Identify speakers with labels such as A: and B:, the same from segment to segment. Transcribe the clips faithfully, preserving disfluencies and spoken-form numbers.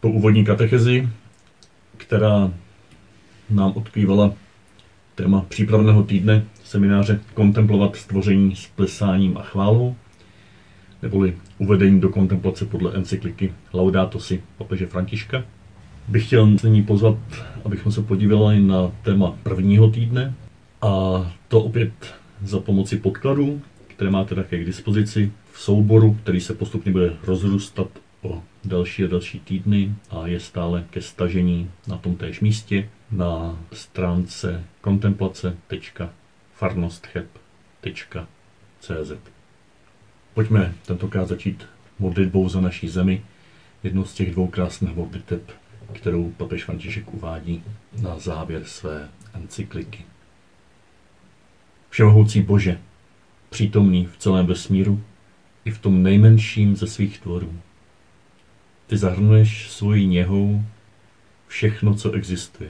A: Po úvodní katechezi, která nám odkrývala téma přípravného týdne semináře Kontemplovat stvoření s plesáním a chválou, neboli uvedení do kontemplace podle encykliky Laudato si papeže Františka, bych chtěl nyní pozvat, abychom se podívali na téma prvního týdne, a to opět za pomoci podkladů, které máte také k dispozici v souboru, který se postupně bude rozrůstat o další a další týdny a je stále ke stažení na tom též místě na stránce kontemplace tečka farnostcheb tečka cz. Pojďme tentokrát začít modlitbou za naší zemi, jednou z těch dvou krásných modliteb, kterou papež František uvádí na závěr své encykliky. Všemohoucí Bože, přítomný v celém vesmíru i v tom nejmenším ze svých tvorů, ty zahrnuješ svojí něhou všechno, co existuje.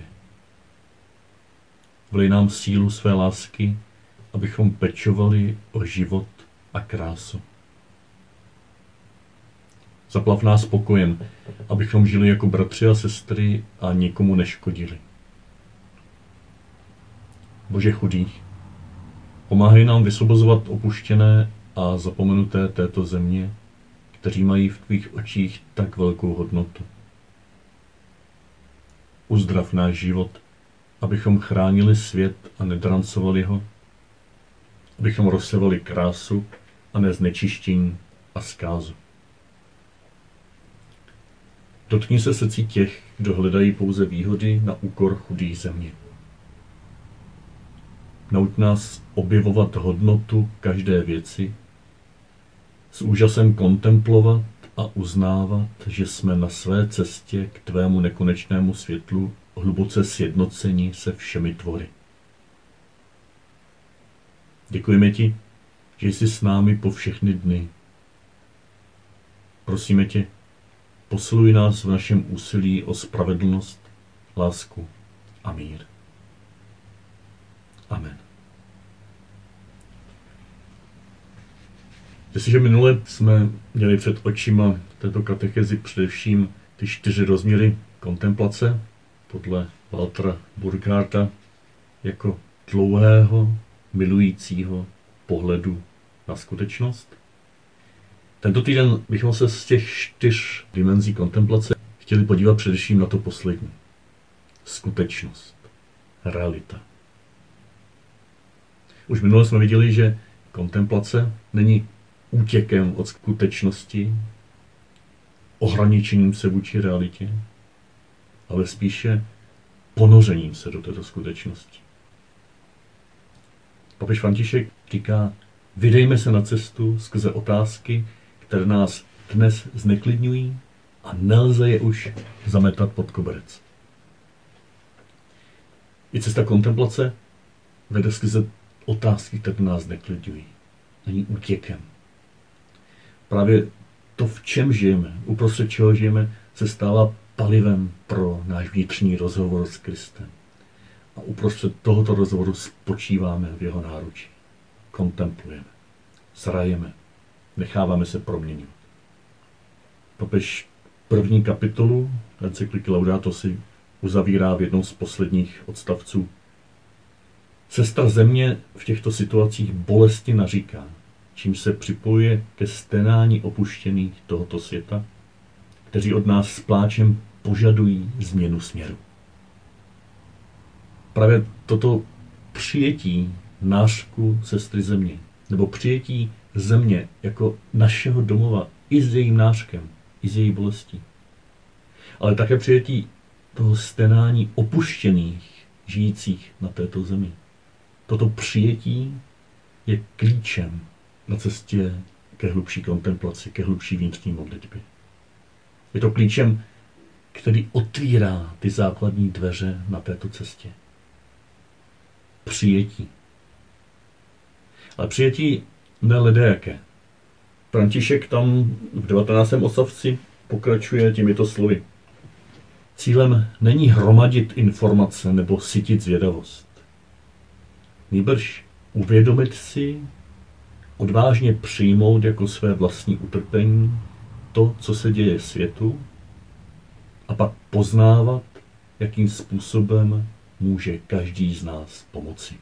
A: Vlej nám sílu své lásky, abychom pečovali o život a krásu. Zaplav nás pokojem, abychom žili jako bratři a sestry a nikomu neškodili. Bože chudých, pomáhej nám vysvobozovat opuštěné a zapomenuté této země, kteří mají v tvých očích tak velkou hodnotu. Uzdrav náš život, abychom chránili svět a nedrancovali ho, abychom rozsevali krásu a ne znečištění a zkázu. Dotkni se srdcí těch, kdo hledají pouze výhody na úkor chudých země. Nauč nás objevovat hodnotu každé věci, s úžasem kontemplovat a uznávat, že jsme na své cestě k tvému nekonečnému světlu hluboce sjednoceni se všemi tvory. Děkujeme ti, že jsi s námi po všechny dny. Prosíme tě, posiluj nás v našem úsilí o spravedlnost, lásku a mír. Amen. Jestliže minule jsme měli před očima této katechezi především ty čtyři rozměry kontemplace podle Waltera Burkharta jako dlouhého, milujícího pohledu na skutečnost, tento týden bychom se z těch čtyř dimenzí kontemplace chtěli podívat především na to poslední. Skutečnost, realita. Už minule jsme viděli, že kontemplace není útěkem od skutečnosti, ohraničením se vůči realitě, ale spíše ponořením se do této skutečnosti. Papež František říká, vydejme se na cestu skrze otázky, které nás dnes zneklidňují a nelze je už zametat pod koberec. I cesta kontemplace vede skrze otázky, které nás zneklidňují. Není útěkem. Právě to, v čem žijeme, uprostřed čeho žijeme, se stává palivem pro náš vnitřní rozhovor s Kristem. A uprostřed tohoto rozhovoru spočíváme v jeho náručí. Kontemplujeme, zrajeme, necháváme se proměnit. Papež první kapitolu encykliky Laudato si uzavírá v jednom z posledních odstavců. Sestra země v těchto situacích bolesti naříká, čím se připojuje ke stenání opuštěných tohoto světa, kteří od nás s pláčem požadují změnu směru. Právě toto přijetí nářku sestry země, nebo přijetí země jako našeho domova i s jejím nářkem, i s její bolestí, ale také přijetí toho stenání opuštěných, žijících na této zemi. Toto přijetí je klíčem na cestě ke hlubší kontemplaci, ke hlubší vnitřní modlitbě. Je to klíčem, který otvírá ty základní dveře na této cestě. Přijetí. Ale přijetí ne ledajaké. František tam v devatenáctém odstavci pokračuje těmito slovy. Cílem není hromadit informace nebo sytit zvědavost. Nýbrž uvědomit si, odvážně přijmout jako své vlastní utrpení to, co se děje světu, a a pak poznávat, jakým způsobem může každý z nás pomoci.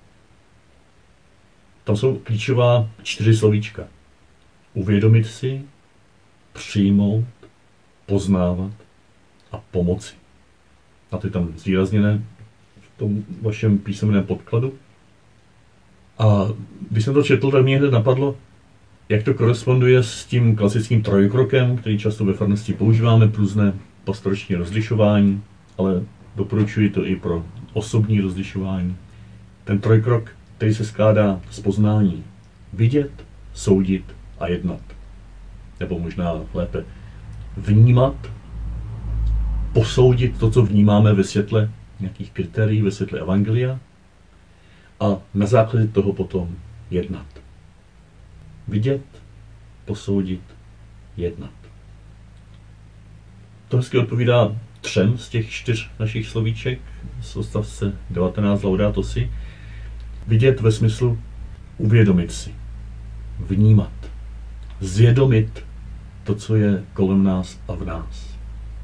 A: Tam jsou klíčová čtyři slovíčka. Uvědomit si, přijmout, poznávat a pomoci. A to je tam zvýrazněné v tom vašem písemném podkladu. A když jsem to četl, tak mě hned napadlo, jak to koresponduje s tím klasickým trojkrokem, který často ve farnosti používáme pro různé pastorační rozlišování, ale doporučuji to i pro osobní rozlišování. Ten trojkrok, který se skládá z poznání vidět, soudit a jednat. Nebo možná lépe vnímat, posoudit to, co vnímáme ve světle nějakých kritérií, ve světle evangelia a na základě toho potom jednat. Vidět, posoudit, jednat. To hezky odpovídá třem z těch čtyř našich slovíček z odstavce devatenáct Laudato si. Vidět ve smyslu uvědomit si, vnímat, zvědomit to, co je kolem nás a v nás.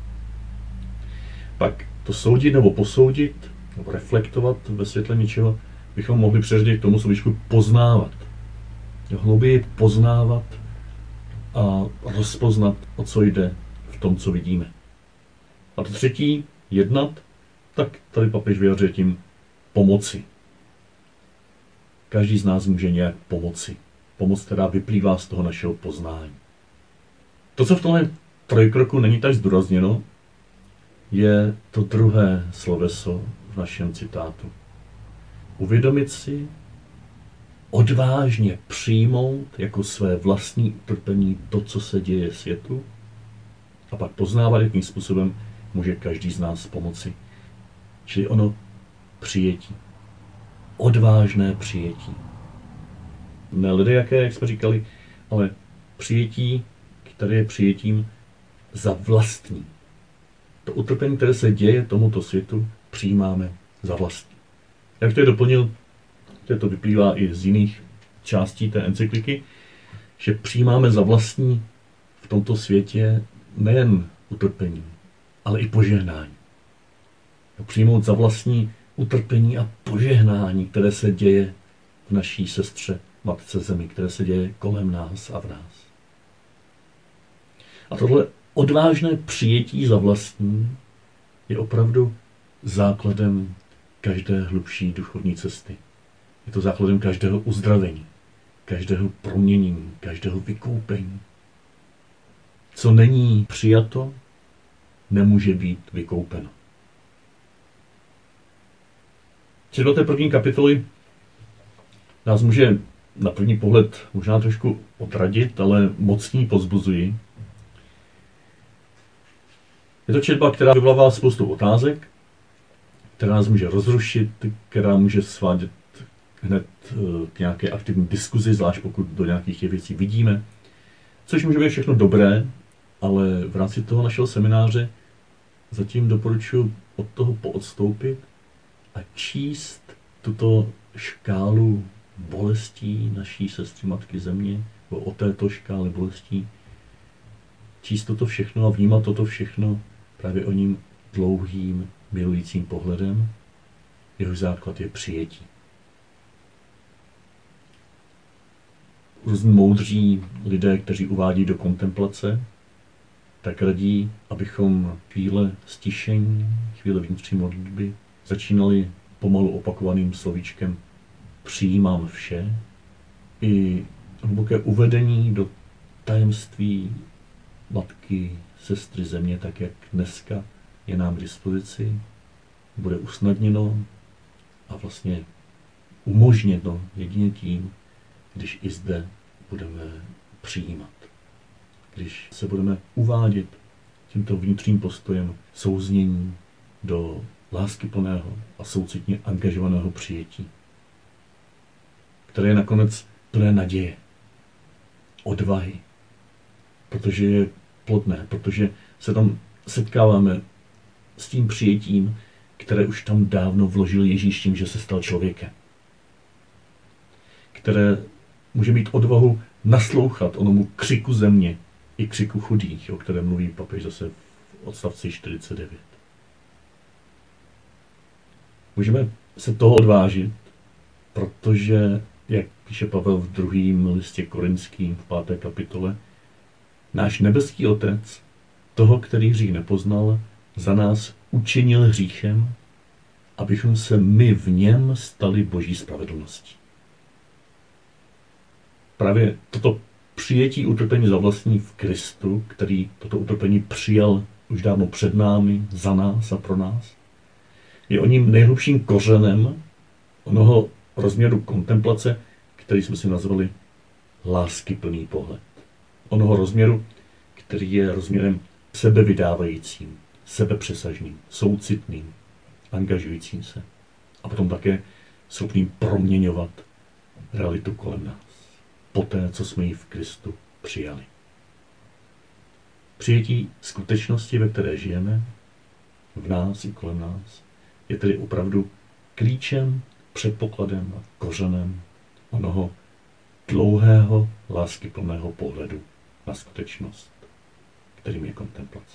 A: Pak to soudit nebo posoudit, nebo reflektovat ve světle něčeho, bychom mohli přeřadit k tomu slovíčku poznávat. Hlouběji poznávat a rozpoznat, o co jde v tom, co vidíme. A to třetí, jednat, tak tady papež vyjadřuje tím pomoci. Každý z nás může nějak pomoci. Pomoc, která vyplývá z toho našeho poznání. To, co v tomhle trojkroku není tak zdůrazněno, je to druhé sloveso v našem citátu. Uvědomit si, odvážně přijmout jako své vlastní utrpení to, co se děje světu, a pak poznávat, jakým způsobem může každý z nás pomoci. Čili ono přijetí. Odvážné přijetí. Ne lidé jaké, jak jsme říkali, ale přijetí, které je přijetím za vlastní. To utrpení, které se děje tomuto světu, přijímáme za vlastní. Jak to je doplnil, to vyplývá i z jiných částí té encykliky, že přijímáme za vlastní v tomto světě nejen utrpení, ale i požehnání. Přijmout za vlastní utrpení a požehnání, které se děje v naší sestře, Matce Zemi, které se děje kolem nás a v nás. A tohle odvážné přijetí za vlastní je opravdu základem každé hlubší duchovní cesty. Je to základem každého uzdravení, každého proměnění, každého vykoupení. Co není přijato, nemůže být vykoupeno. Čili do té první kapitoly nás může na první pohled možná trošku odradit, ale moc ní pozbuzuji. Je to četba, která vyvolává spoustu otázek, která nás může rozrušit, která může svádět hned k nějaké aktivní diskuzi, zvlášť pokud do nějakých těch věcí vidíme, což může být všechno dobré, ale v rámci toho našeho semináře zatím doporučuji od toho poodstoupit a číst tuto škálu bolestí naší sestry Matky Země, nebo o této škále bolestí, číst toto všechno a vnímat toto všechno právě o ním dlouhým, milujícím pohledem, jehož základ je přijetí. Různí moudří lidé, kteří uvádí do kontemplace, tak radí, abychom chvíle stišení, chvíle vnitřní modlitby začínali pomalu opakovaným slovíčkem přijímám vše, i hluboké uvedení do tajemství Matky, Sestry Země, tak jak dneska je nám k dispozici, bude usnadněno a vlastně umožněno jedině tím, když i zde budeme přijímat. Když se budeme uvádět tímto vnitřním postojem souznění do láskyplného a soucitně angažovaného přijetí, které je nakonec plné naděje, odvahy, protože je plodné, protože se tam setkáváme s tím přijetím, které už tam dávno vložil Ježíš tím, že se stal člověkem. Které může mít odvahu naslouchat onomu křiku země i křiku chudých, o kterém mluví papež zase v odstavci čtyřicet devět. Můžeme se toho odvážit, protože, jak píše Pavel v druhém listě Korinským v páté kapitole, náš nebeský Otec, toho, který hřích nepoznal, za nás učinil hříchem, abychom se my v něm stali Boží spravedlností. Právě toto přijetí utrpení za vlastní v Kristu, který toto utrpení přijal už dávno před námi, za nás a pro nás, je o ním nejhlubším kořenem onoho rozměru kontemplace, který jsme si nazvali láskyplný pohled. Onoho rozměru, který je rozměrem sebevydávajícím, sebepřesažným, soucitným, angažujícím se a potom také schopným proměňovat realitu kolem nás, poté, co jsme ji v Kristu přijali. Přijetí skutečnosti, ve které žijeme, v nás i kolem nás, je tedy opravdu klíčem, předpokladem a kořenem onoho dlouhého, láskyplného pohledu na skutečnost, kterým je kontemplace.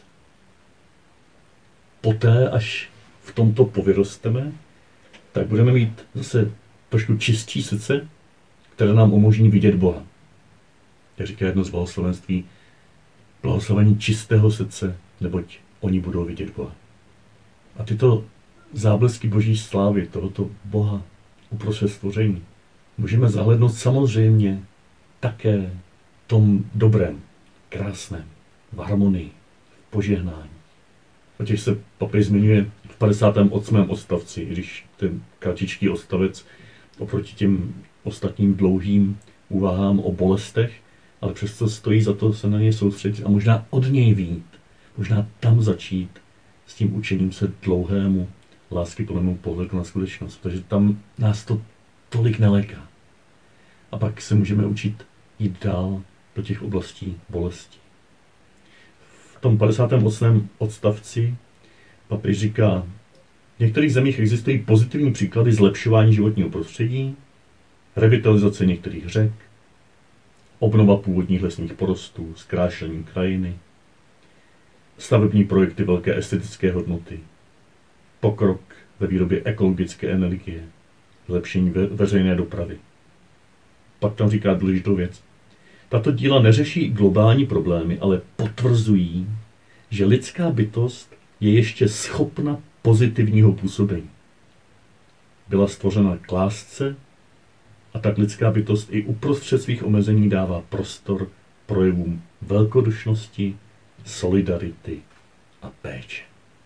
A: Poté, až v tomto povyrosteme, tak budeme mít zase trošku čistší srdce, které nám umožní vidět Boha. Jak říká jedno z blahoslovenství, blahoslavení čistého srdce, neboť oni budou vidět Boha. A tyto záblesky Boží slávy, tohoto Boha uprostřed stvoření, můžeme zahlednout samozřejmě také v tom dobrém, krásném, v harmonii, v požehnání. O těch se papež zmiňuje v padesátém osmém odstavci, když ten kratičký odstavec oproti těm ostatním dlouhým úvahám o bolestech, ale přesto stojí za to se na něj soustředit a možná od něj vyjít, možná tam začít s tím učením se dlouhému, láskyplnému pohledu na skutečnost, protože tam nás to tolik neléká. A pak se můžeme učit jít dál do těch oblastí bolesti. V tom padesátém osmém odstavci papež říká, v některých zemích existují pozitivní příklady zlepšování životního prostředí, revitalizace některých řek, obnova původních lesních porostů, zkrášlení krajiny, stavební projekty velké estetické hodnoty, pokrok ve výrobě ekologické energie, zlepšení ve, veřejné dopravy. Pak tam říká důležitou věc. Tato díla neřeší globální problémy, ale potvrzují, že lidská bytost je ještě schopna pozitivního působení. Byla stvořena k lásce a tak lidská bytost i uprostřed svých omezení dává prostor projevům velkodušnosti, solidarity a péče.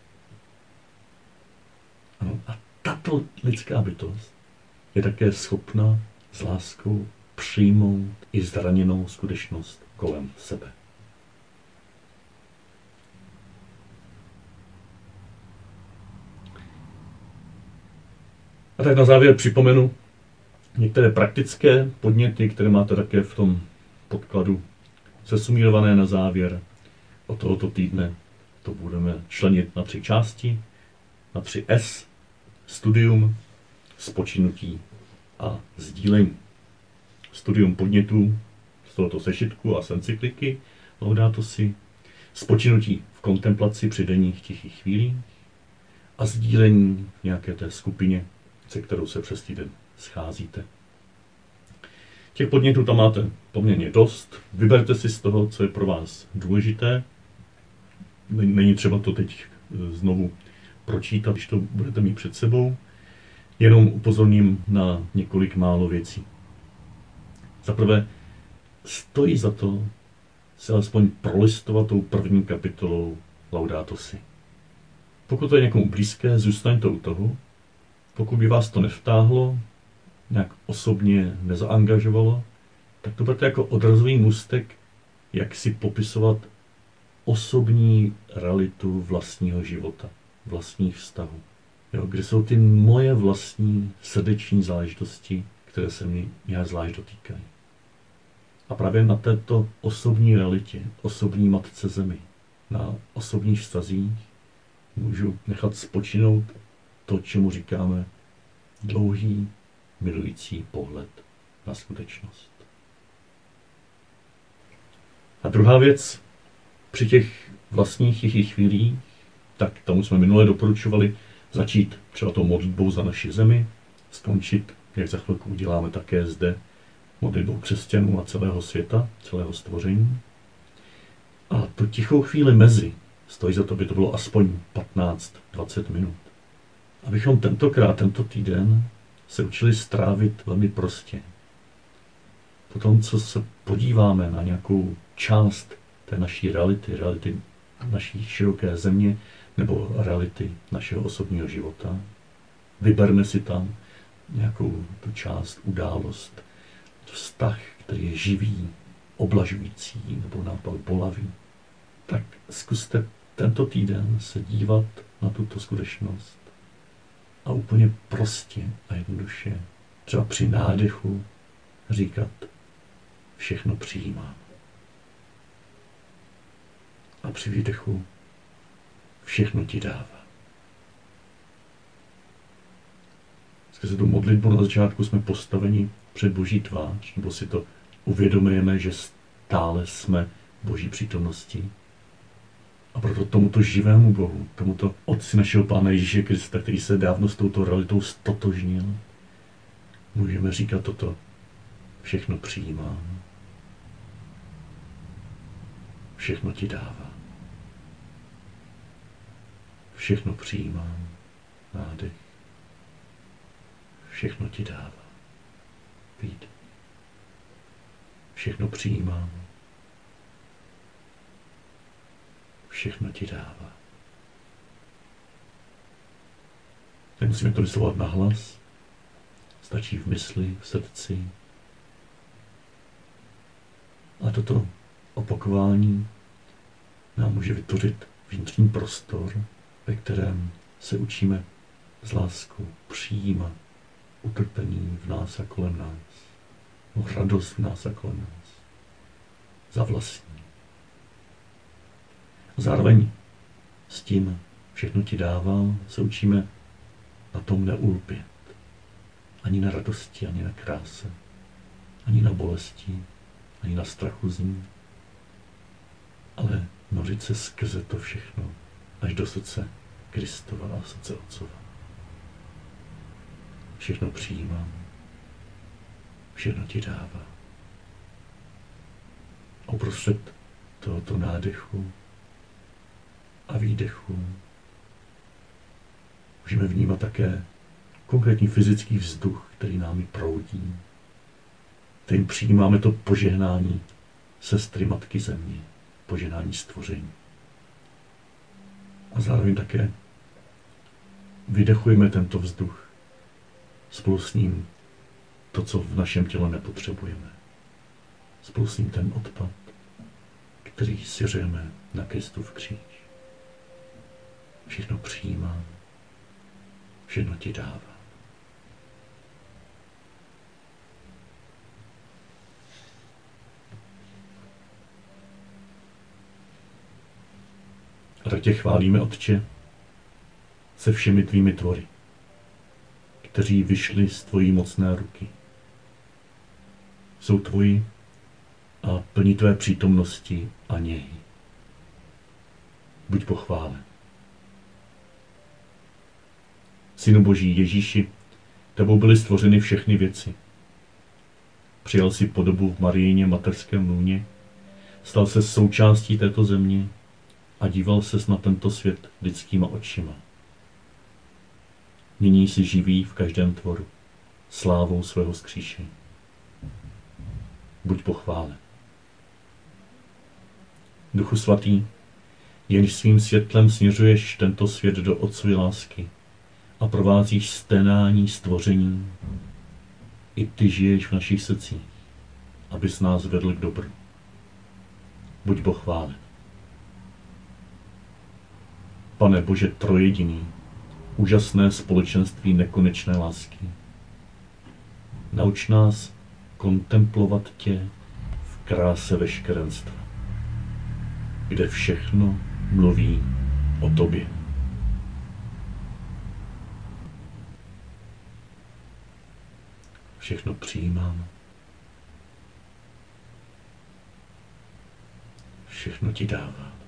A: Ano, a tato lidská bytost je také schopna s láskou přijmout i zraněnou skutečnost kolem sebe. A tak na závěr připomenu některé praktické podněty, které máte také v tom podkladu sesumírované na závěr od tohoto týdne. To budeme členit na tři části, na tři S, studium, spočinutí a sdílení. Studium podnětů z tohoto sešitku a z encykliky Laudato si, spočinutí v kontemplaci při denních tichých chvílích a sdílení v nějaké té skupině, se kterou se přes týden scházíte. Těch podnětů tam máte poměrně dost. Vyberte si z toho, co je pro vás důležité. Není třeba to teď znovu pročítat, když to budete mít před sebou. Jenom upozorním na několik málo věcí. Za prvé, stojí za to se alespoň prolistovat tou první kapitolou Laudato si. Pokud to je někomu blízké, zůstaňte u toho. Pokud by vás to nevtáhlo, nějak osobně nezaangažovalo, tak to bude jako odrazový můstek, jak si popisovat osobní realitu vlastního života, vlastních vztahů. Jo, kde jsou ty moje vlastní srdeční záležitosti, které se mě nějak zvlášť dotýkají. A právě na této osobní realitě, osobní matce zemi, na osobních vztazích můžu nechat spočinout to, čemu říkáme dlouhý, milující pohled na skutečnost. A druhá věc, Při těch vlastních tichých chvílích, tak tomu jsme minule doporučovali začít třeba tou modlitbou za naši zemi, skončit, jak za chvilku uděláme také zde, modlitbou křesťanů a celého světa, celého stvoření. A tu tichou chvíli mezi stojí za to, by to bylo aspoň patnáct dvacet minut. Abychom tentokrát, tento týden se učili strávit velmi prostě. Potom, co se podíváme na nějakou část té naší reality, reality naší široké země nebo reality našeho osobního života, vyberme si tam nějakou tu část, událost, vztah, který je živý, oblažující nebo naopak bolavý, tak zkuste tento týden se dívat na tuto skutečnost a úplně prostě a jednoduše, třeba při nádechu, říkat: všechno přijímám. A při výdechu: všechno ti dává. Skrze tu modlitbu na začátku jsme postaveni před Boží tvář, nebo si to uvědomujeme, že stále jsme Boží přítomnosti. A proto tomuto živému Bohu, tomuto Otci našeho Pána Ježíše Krista, který se dávno s touto realitou stotožnil, můžeme říkat toto: všechno přijímám, všechno ti dává. Všechno přijímám, nádech, všechno ti dává, výdech. Všechno přijímám, všechno ti dává. Nemusíme to vyslovovat nahlas, stačí v mysli, v srdci. A toto opakování nám může vytvořit vnitřní prostor, ve kterém se učíme s láskou přijímat utrpení v nás a kolem nás, no radost v nás a kolem nás, za vlastní. Zároveň s tím všechno ti dávám, se učíme na tom neulpět. Ani na radosti, ani na kráse, ani na bolesti, ani na strachu z ní, ale nořit se skrze to všechno až do srdce Kristova a srdce Otcova. Všechno přijímám, všechno ti dává. A uprostřed tohoto nádechu a výdechu můžeme vnímat také konkrétní fyzický vzduch, který námi proudí, kterým přijímáme to požehnání sestry Matky Země, požehnání stvoření. A zároveň také vydechujeme tento vzduch, spolu s ním to, co v našem těle nepotřebujeme. Spolu s ním ten odpad, který svěřujeme na Kristův kříž. Všechno přijímám, všechno ti dává. A tak tě chválíme, Otče, se všemi tvými tvory, kteří vyšli z tvojí mocné ruky. Jsou tvoji a plní tvé přítomnosti a něj. Buď pochválen. Synu Boží Ježíši, tebou byly stvořeny všechny věci. Přijal si podobu v Marijиně mateřském lůně, stal se součástí této země a díval ses na tento svět lidskýma očima. Nyní jsi živý v každém tvoru, slávou svého vzkříšení. Buď pochválen. Duchu svatý, jenž svým světlem směřuješ tento svět do Otcovy lásky a provázíš sténání stvoření, i ty žiješ v našich srdcích, abys nás vedl k dobru. Buď pochválen. Pane Bože trojediný, úžasné společenství nekonečné lásky, nauč nás kontemplovat tě v kráse veškerenstva, kde všechno mluví o tobě. Všechno přijímám, všechno ti dávám.